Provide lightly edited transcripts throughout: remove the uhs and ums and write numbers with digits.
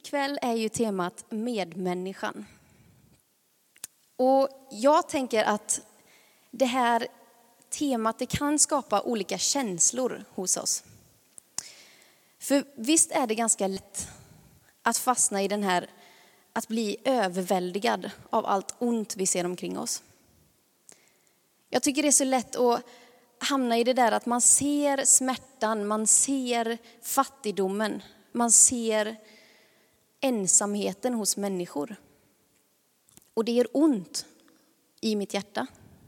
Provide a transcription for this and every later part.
Ikväll är ju temat medmänniskan. Och jag tänker att det här temat det kan skapa olika känslor hos oss. För visst är det ganska lätt att fastna i den här, att bli överväldigad av allt ont vi ser omkring oss. Jag tycker det är så lätt att hamna i det där att man ser smärtan, man ser fattigdomen, man ser ensamheten hos människor. Och det gör ont i mitt hjärta.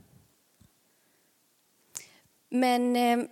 Men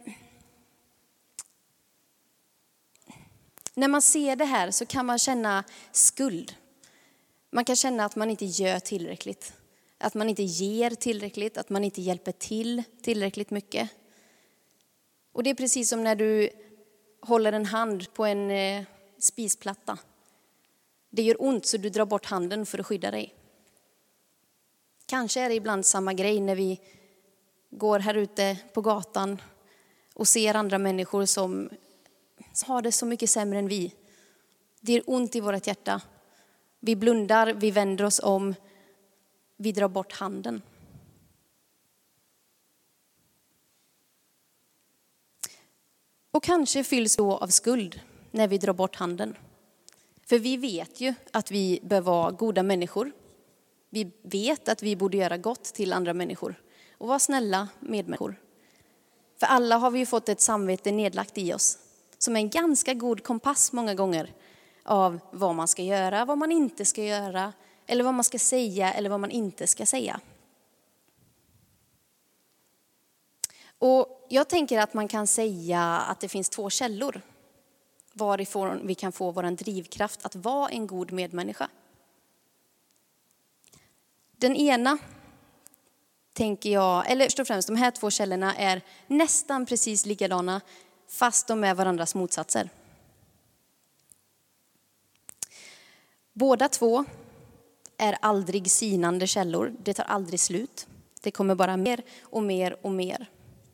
när man ser det här så kan man känna skuld. Man kan känna att man inte gör tillräckligt. Att man inte ger tillräckligt, att man inte hjälper till tillräckligt mycket. Och det är precis som när du håller en hand på en spisplatta. Det gör ont så du drar bort handen för att skydda dig. Kanske är det ibland samma grej när vi går här ute på gatan och ser andra människor som har det så mycket sämre än vi. Det gör ont i vårt hjärta. Vi blundar, vi vänder oss om, vi drar bort handen. Och kanske fylls då av skuld när vi drar bort handen. För vi vet ju att vi bör vara goda människor. Vi vet att vi borde göra gott till andra människor och vara snälla medmänniskor. För alla har vi ju fått ett samvete nedlagt i oss som är en ganska god kompass många gånger av vad man ska göra, vad man inte ska göra eller vad man ska säga eller vad man inte ska säga. Och jag tänker att man kan säga att det finns två källor varifrån vi kan få vår drivkraft att vara en god medmänniska. Den ena tänker jag, eller först och främst de här två källorna är nästan precis likadana fast de är varandras motsatser. Båda två är aldrig sinande källor, det tar aldrig slut. Det kommer bara mer och mer och mer.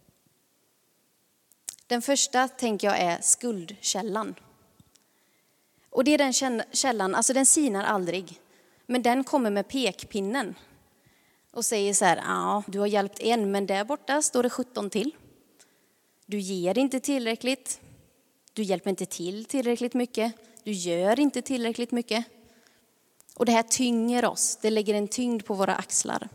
Den första tänker jag är skuldkällan. Och det är den källan, alltså den sinar aldrig. Men den kommer med pekpinnen. Och säger så här, ja du har hjälpt en men där borta står det 17 till. Du ger inte tillräckligt. Du hjälper inte till tillräckligt mycket. Du gör inte tillräckligt mycket. Och det här tynger oss, det lägger en tyngd på våra axlar.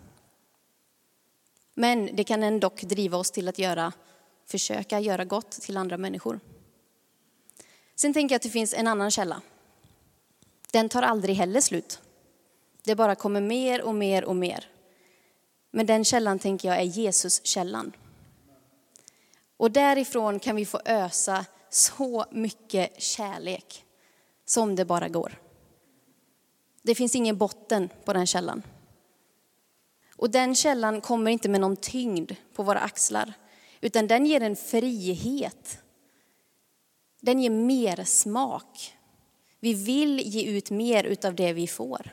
Men det kan ändå driva oss till att försöka göra gott till andra människor. Sen tänker jag att det finns en annan källa. Den tar aldrig heller slut. Det bara kommer mer och mer och mer. Men den källan tänker jag är Jesus-källan. Och därifrån kan vi få ösa så mycket kärlek som det bara går. Det finns ingen botten på den källan. Och den källan kommer inte med någon tyngd på våra axlar. Utan den ger en frihet. Den ger mer smak. Vi vill ge ut mer utav det vi får.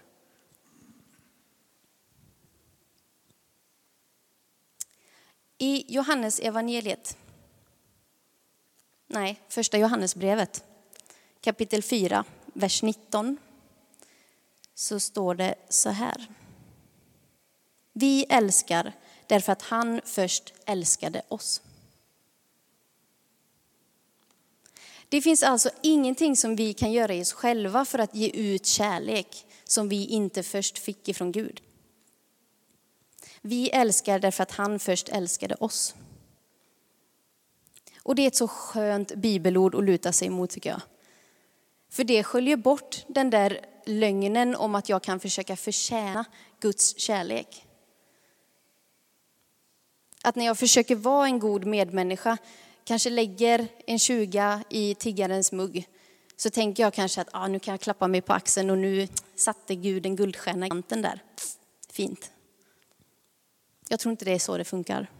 I första Johannesbrevet, kapitel 4, vers 19, så står det så här. Vi älskar därför att han först älskade oss. Det finns alltså ingenting som vi kan göra i oss själva för att ge ut kärlek som vi inte först fick ifrån Gud. Vi älskar därför att han först älskade oss. Och det är ett så skönt bibelord att luta sig emot tycker jag. För det sköljer bort den där lögnen om att jag kan försöka förtjäna Guds kärlek. Att när jag försöker vara en god medmänniska, kanske lägger en 20 i tiggarens mugg, så tänker jag kanske att nu kan jag klappa mig på axeln och nu satte Gud en guldstjärna i kanten där. Fint. Jag tror inte det är så det funkar.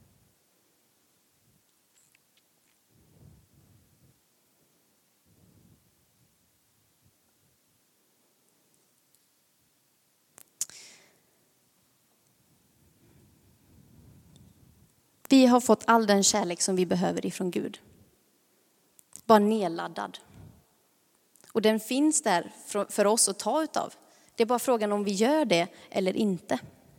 Vi har fått all den kärlek som vi behöver ifrån Gud. Bara nedladdad. Och den finns där för oss att ta utav. Det är bara frågan om vi gör det eller inte.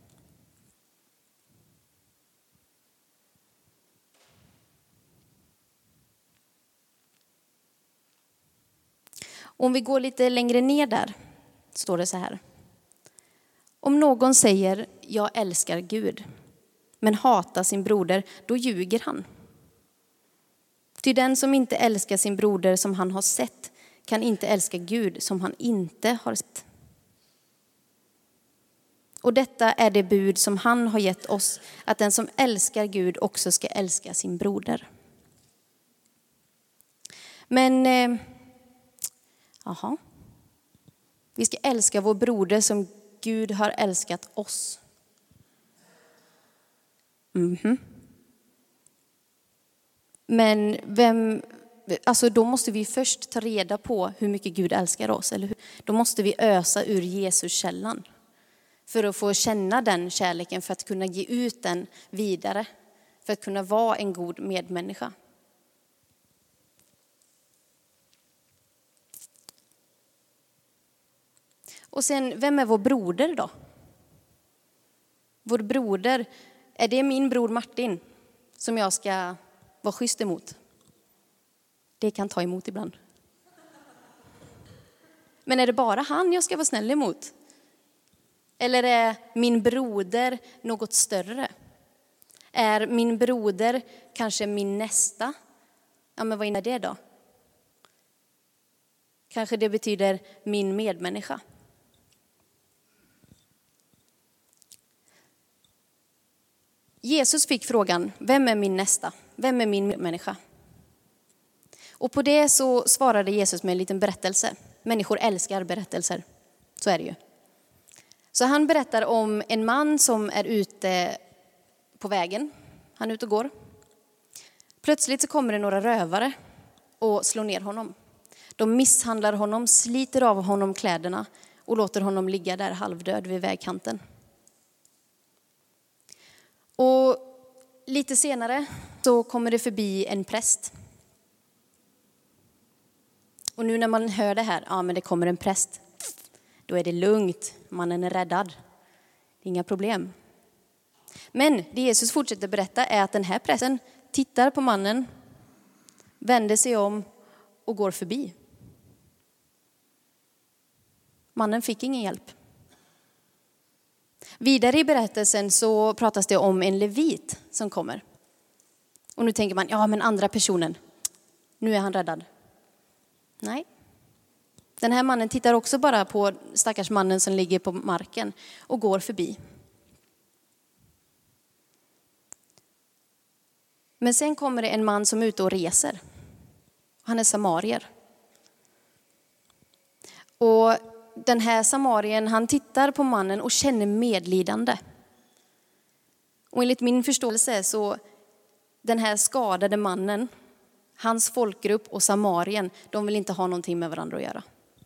Om vi går lite längre ner där står det så här. Om någon säger jag älskar Gud men hatar sin broder, då ljuger han. Ty den som inte älskar sin broder som han har sett kan inte älska Gud som han inte har sett. Och detta är det bud som han har gett oss, att den som älskar Gud också ska älska sin broder. Men, vi ska älska vår broder som Gud har älskat oss. Men då måste vi först ta reda på hur mycket Gud älskar oss, eller hur? Då måste vi ösa ur Jesus källan för att få känna den kärleken, för att kunna ge ut den vidare, för att kunna vara en god medmänniska. Och sen, vem är vår broder då? Vår broder, är det min bror Martin som jag ska vara schysst emot? Det kan ta emot ibland. Men är det bara han jag ska vara snäll emot? Eller är min broder något större? Är min broder kanske min nästa? Ja, men vad innebär det då? Kanske det betyder min medmänniska. Jesus fick frågan, vem är min nästa? Vem är min medmänniska? Och på det så svarade Jesus med en liten berättelse. Människor älskar berättelser, så är det ju. Så han berättar om en man som är ute på vägen. Han är ute och går. Plötsligt så kommer det några rövare och slår ner honom. De misshandlar honom, sliter av honom kläderna och låter honom ligga där halvdöd vid vägkanten. Och lite senare så kommer det förbi en präst. Och nu när man hör det här, ja men det kommer en präst. Då är det lugnt, mannen är räddad. Det är inga problem. Men det Jesus fortsätter berätta är att den här prästen tittar på mannen, vänder sig om och går förbi. Mannen fick ingen hjälp. Vidare i berättelsen så pratas det om en levit som kommer. Och nu tänker man, ja men andra personen, nu är han räddad. Nej. Den här mannen tittar också bara på stackars mannen som ligger på marken och går förbi. Men sen kommer det en man som är ute och reser. Han är samarier. Och den här samarien, han tittar på mannen och känner medlidande. Och enligt min förståelse så den här skadade mannen, hans folkgrupp och samarien, de vill inte ha någonting med varandra att göra.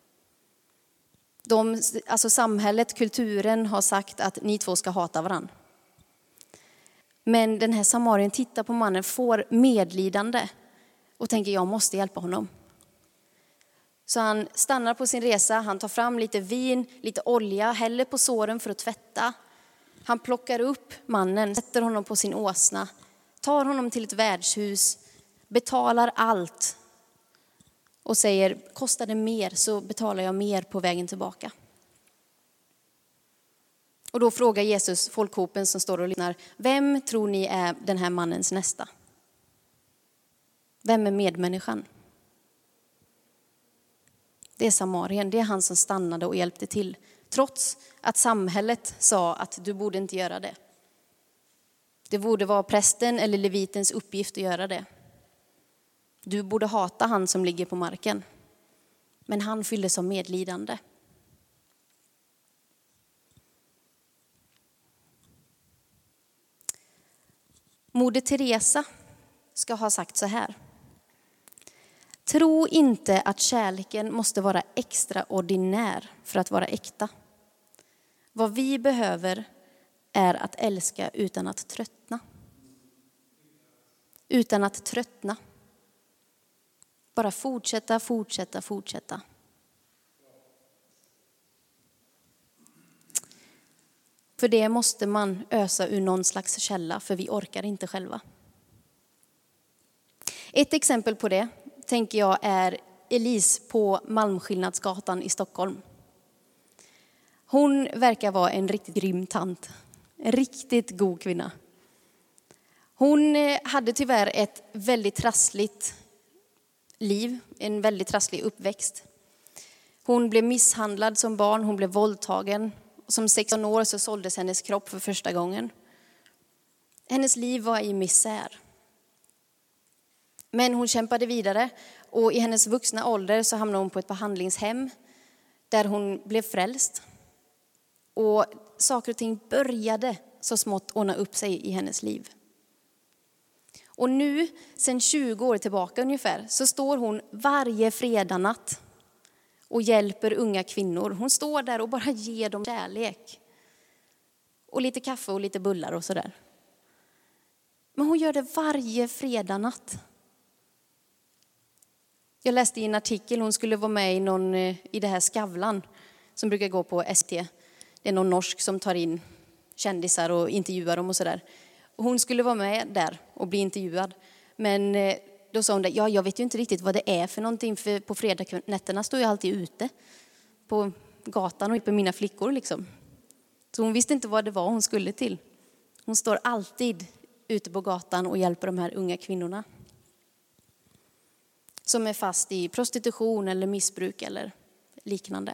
Samhället, kulturen har sagt att ni två ska hata varandra. Men den här samarien tittar på mannen, får medlidande och tänker jag måste hjälpa honom. Så han stannar på sin resa, han tar fram lite vin, lite olja, häller på såren för att tvätta. Han plockar upp mannen, sätter honom på sin åsna, tar honom till ett värdshus, betalar allt och säger, kostar det mer så betalar jag mer på vägen tillbaka. Och då frågar Jesus folkhopen som står och lyssnar, vem tror ni är den här mannens nästa? Vem är medmänniskan? Det är samarien, det är han som stannade och hjälpte till. Trots att samhället sa att du borde inte göra det. Det borde vara prästen eller levitens uppgift att göra det. Du borde hata han som ligger på marken. Men han fylldes av medlidande. Moder Teresa ska ha sagt så här. Tro inte att kärleken måste vara extraordinär för att vara äkta. Vad vi behöver är att älska utan att tröttna. Utan att tröttna. Bara fortsätta. För det måste man ösa ur någon slags källa, för vi orkar inte själva. Ett exempel på det tänker jag är Elise på Malmskillnadsgatan i Stockholm. Hon verkar vara en riktigt grym tant. En riktigt god kvinna. Hon hade tyvärr ett väldigt trassligt liv, en väldigt trasslig uppväxt. Hon blev misshandlad som barn, hon blev våldtagen. Som 16 år så såldes hennes kropp för första gången. Hennes liv var i misär. Men hon kämpade vidare och i hennes vuxna ålder så hamnade hon på ett behandlingshem där hon blev frälst. Och saker och ting började så smått ordna upp sig i hennes liv. Och nu, sedan 20 år tillbaka ungefär, så står hon varje fredagsnatt och hjälper unga kvinnor. Hon står där och bara ger dem kärlek. Och lite kaffe och lite bullar och sådär. Men hon gör det varje fredagsnatt. Jag läste i en artikel, hon skulle vara med i det här Skavlan som brukar gå på ST. Det är någon norsk som tar in kändisar och intervjuar dem och sådär. Hon skulle vara med där och bli intervjuad. Men då sa hon det, jag vet ju inte riktigt vad det är för någonting. För på fredagsnätterna står jag alltid ute på gatan och hjälper mina flickor liksom. Så hon visste inte vad det var hon skulle till. Hon står alltid ute på gatan och hjälper de här unga kvinnorna. Som är fast i prostitution eller missbruk eller liknande.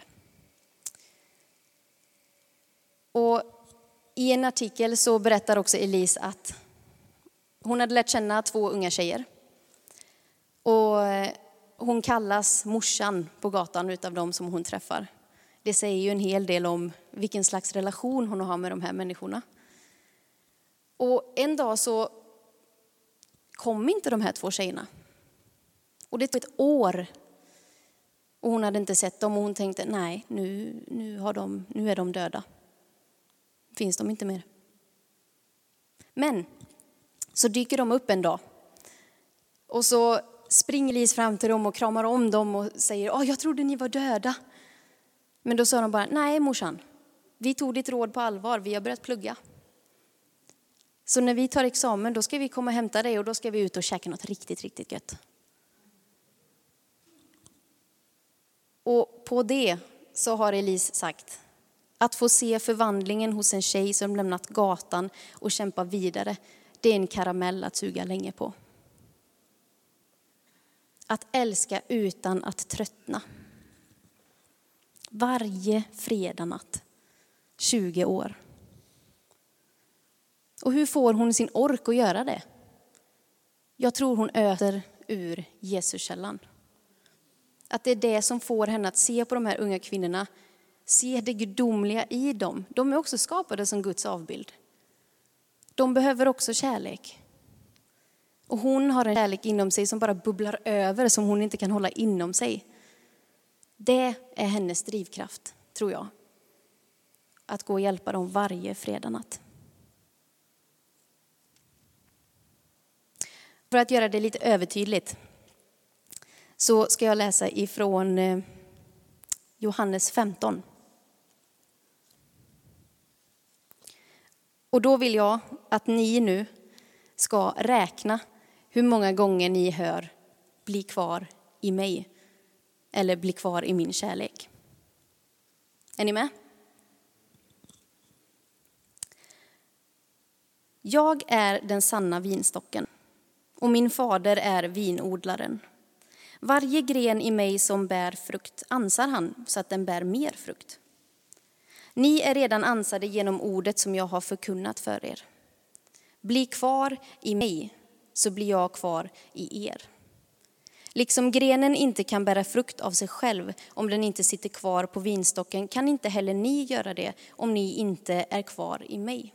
Och i en artikel så berättar också Elise att hon hade lärt känna 2 unga tjejer. Och hon kallas morsan på gatan utav dem som hon träffar. Det säger ju en hel del om vilken slags relation hon har med de här människorna. Och en dag så kom inte de här 2 tjejerna. Och det tog ett år. Och hon hade inte sett dem och hon tänkte, nej, nu är de döda. Finns de inte mer. Men så dyker de upp en dag. Och så springer Elise fram till dem och kramar om dem och säger, jag trodde ni var döda. Men då sa de bara, nej morsan, vi tog ditt råd på allvar, vi har börjat plugga. Så när vi tar examen då ska vi komma och hämta dig och då ska vi ut och käka något riktigt, riktigt gött. Och på det så har Elise sagt, att få se förvandlingen hos en tjej som lämnat gatan och kämpar vidare, det är en karamell att suga länge på. Att älska utan att tröttna. Varje fredagsnatt, 20 år. Och hur får hon sin ork att göra det? Jag tror hon öser ur Jesuskällan. Att det är det som får henne att se på de här unga kvinnorna. Se det gudomliga i dem. De är också skapade som Guds avbild. De behöver också kärlek. Och hon har en kärlek inom sig som bara bubblar över, som hon inte kan hålla inom sig. Det är hennes drivkraft, tror jag. Att gå och hjälpa dem varje fredagsnatt. För att göra det lite övertydligt så ska jag läsa ifrån Johannes 15. Och då vill jag att ni nu ska räkna hur många gånger ni hör bli kvar i mig eller bli kvar i min kärlek. Är ni med? Jag är den sanna vinstocken och min fader är vinodlaren. Varje gren i mig som bär frukt ansar han så att den bär mer frukt. Ni är redan ansade genom ordet som jag har förkunnat för er. Bli kvar i mig så blir jag kvar i er. Liksom grenen inte kan bära frukt av sig själv om den inte sitter kvar på vinstocken kan inte heller ni göra det om ni inte är kvar i mig.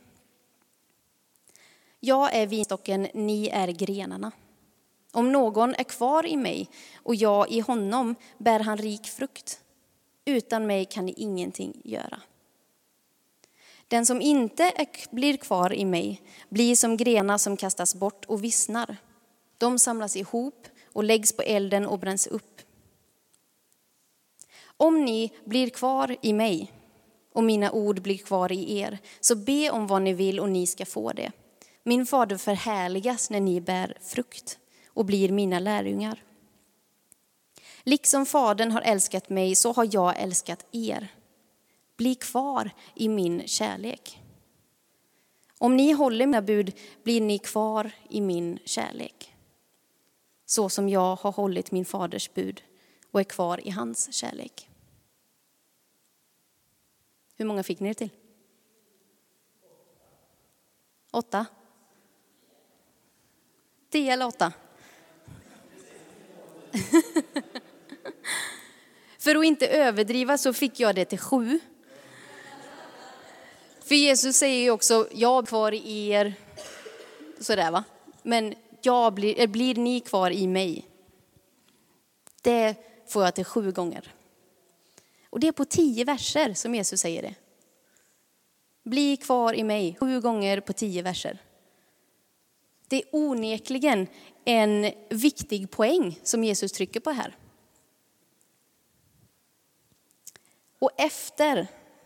Jag är vinstocken, ni är grenarna. Om någon är kvar i mig och jag i honom bär han rik frukt. Utan mig kan ni ingenting göra. Den som inte blir kvar i mig blir som grenar som kastas bort och vissnar. De samlas ihop och läggs på elden och bränns upp. Om ni blir kvar i mig och mina ord blir kvar i er. Så be om vad ni vill och ni ska få det. Min fader förhärligas när ni bär frukt och blir mina lärjungar. Liksom fadern har älskat mig så har jag älskat er. Bli kvar i min kärlek. Om ni håller mina bud blir ni kvar i min kärlek. Så som jag har hållit min faders bud och är kvar i hans kärlek. Hur många fick ni det till? 8? 10 eller 8? För att inte överdriva så fick jag det till 7. För Jesus säger ju också, jag är kvar i er. Sådär va? Men blir ni kvar i mig? Det får jag till 7 gånger. Och det är på 10 verser som Jesus säger det. Bli kvar i mig 7 gånger på 10 verser. Det är onekligen en viktig poäng som Jesus trycker på här. Och efter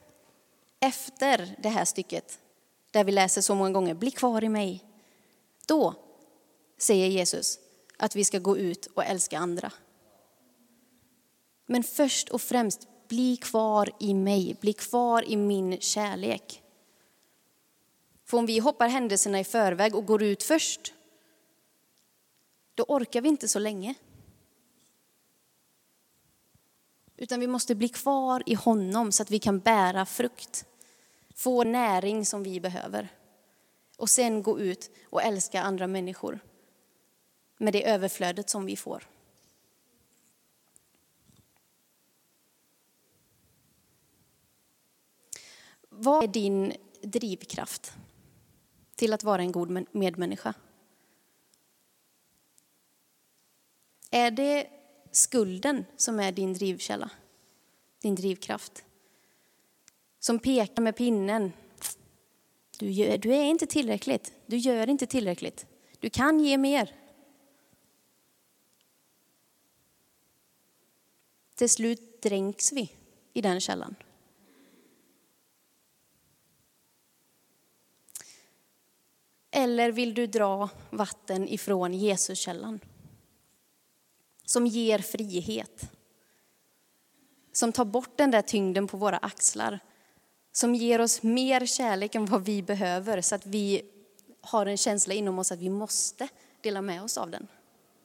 det här stycket, där vi läser så många gånger, bli kvar i mig. Då säger Jesus att vi ska gå ut och älska andra. Men först och främst, bli kvar i mig. Bli kvar i min kärlek. För om vi hoppar händelserna i förväg och går ut först, då orkar vi inte så länge. Utan vi måste bli kvar i honom så att vi kan bära frukt. Få näring som vi behöver. Och sen gå ut och älska andra människor. Med det överflödet som vi får. Vad är din drivkraft till att vara en god medmänniska? Är det skulden som är din drivkälla? Din drivkraft? Som pekar med pinnen. Du är inte tillräckligt. Du gör inte tillräckligt. Du kan ge mer. Till slut dränks vi i den källan. Eller vill du dra vatten ifrån Jesuskällan? Som ger frihet. Som tar bort den där tyngden på våra axlar. Som ger oss mer kärlek än vad vi behöver. Så att vi har en känsla inom oss att vi måste dela med oss av den.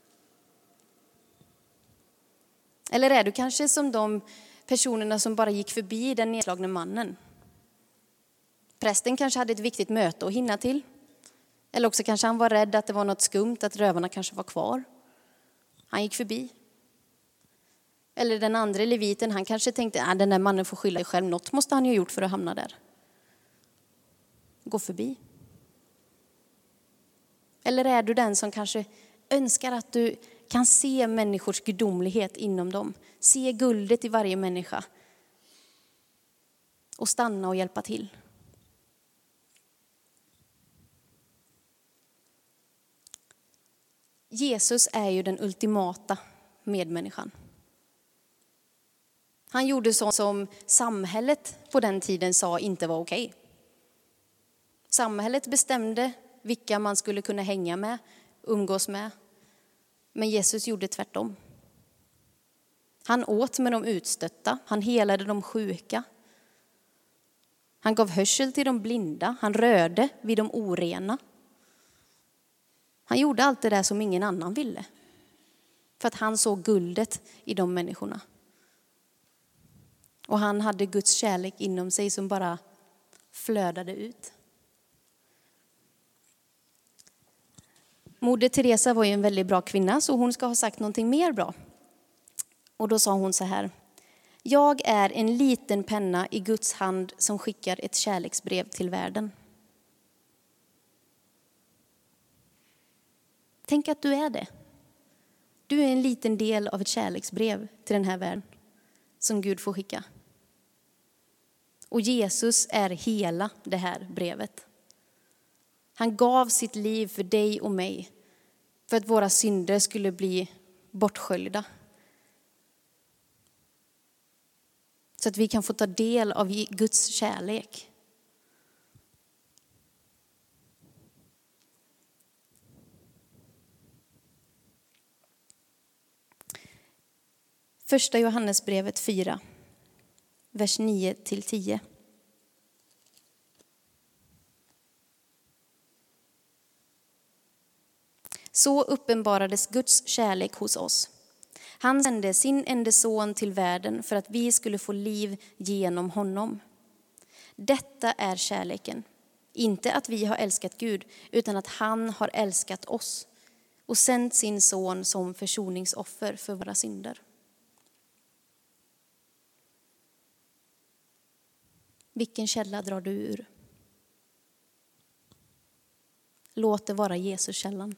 Eller är du kanske som de personerna som bara gick förbi den nedslagna mannen? Prästen kanske hade ett viktigt möte att hinna till. Eller också kanske han var rädd att det var något skumt, att rövarna kanske var kvar. Han gick förbi. Eller den andra leviten, han kanske tänkte att den där mannen får skylla sig själv. Något måste han ju ha gjort för att hamna där. Gå förbi. Eller är du den som kanske önskar att du kan se människors gudomlighet inom dem. Se guldet i varje människa. Och stanna och hjälpa till. Jesus är ju den ultimata medmänniskan. Han gjorde så som samhället på den tiden sa inte var okej. Samhället bestämde vilka man skulle kunna hänga med, umgås med. Men Jesus gjorde tvärtom. Han åt med de utstötta, han helade de sjuka. Han gav hörsel till de blinda, han rörde vid de orena. Han gjorde allt det där som ingen annan ville. För att han såg guldet i de människorna. Och han hade Guds kärlek inom sig som bara flödade ut. Moder Teresa var ju en väldigt bra kvinna, så hon ska ha sagt någonting mer bra. Och då sa hon så här: jag är en liten penna i Guds hand som skickar ett kärleksbrev till världen. Tänk att du är det. Du är en liten del av ett kärleksbrev till den här världen som Gud får skicka. Och Jesus är hela det här brevet. Han gav sitt liv för dig och mig. För att våra synder skulle bli bortsköljda. Så att vi kan få ta del av Guds kärlek. Första Johannesbrevet 4, vers 9-10. Så uppenbarades Guds kärlek hos oss. Han sände sin enda son till världen för att vi skulle få liv genom honom. Detta är kärleken. Inte att vi har älskat Gud, utan att han har älskat oss och sänt sin son som försoningsoffer för våra synder. Vilken källa drar du ur? Låt det vara Jesus källan.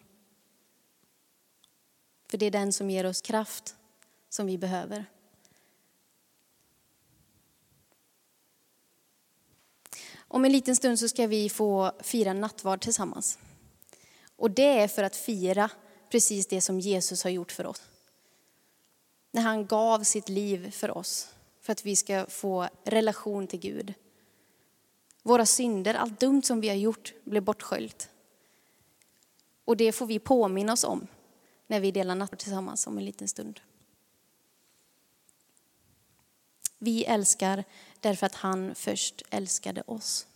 För det är den som ger oss kraft som vi behöver. Om en liten stund så ska vi få fira nattvard tillsammans. Och det är för att fira precis det som Jesus har gjort för oss. När han gav sitt liv för oss. För att vi ska få relation till Gud. Våra synder, allt dumt som vi har gjort, blev bortsköljt. Och det får vi påminna oss om när vi delar nattvard tillsammans om en liten stund. Vi älskar därför att han först älskade oss.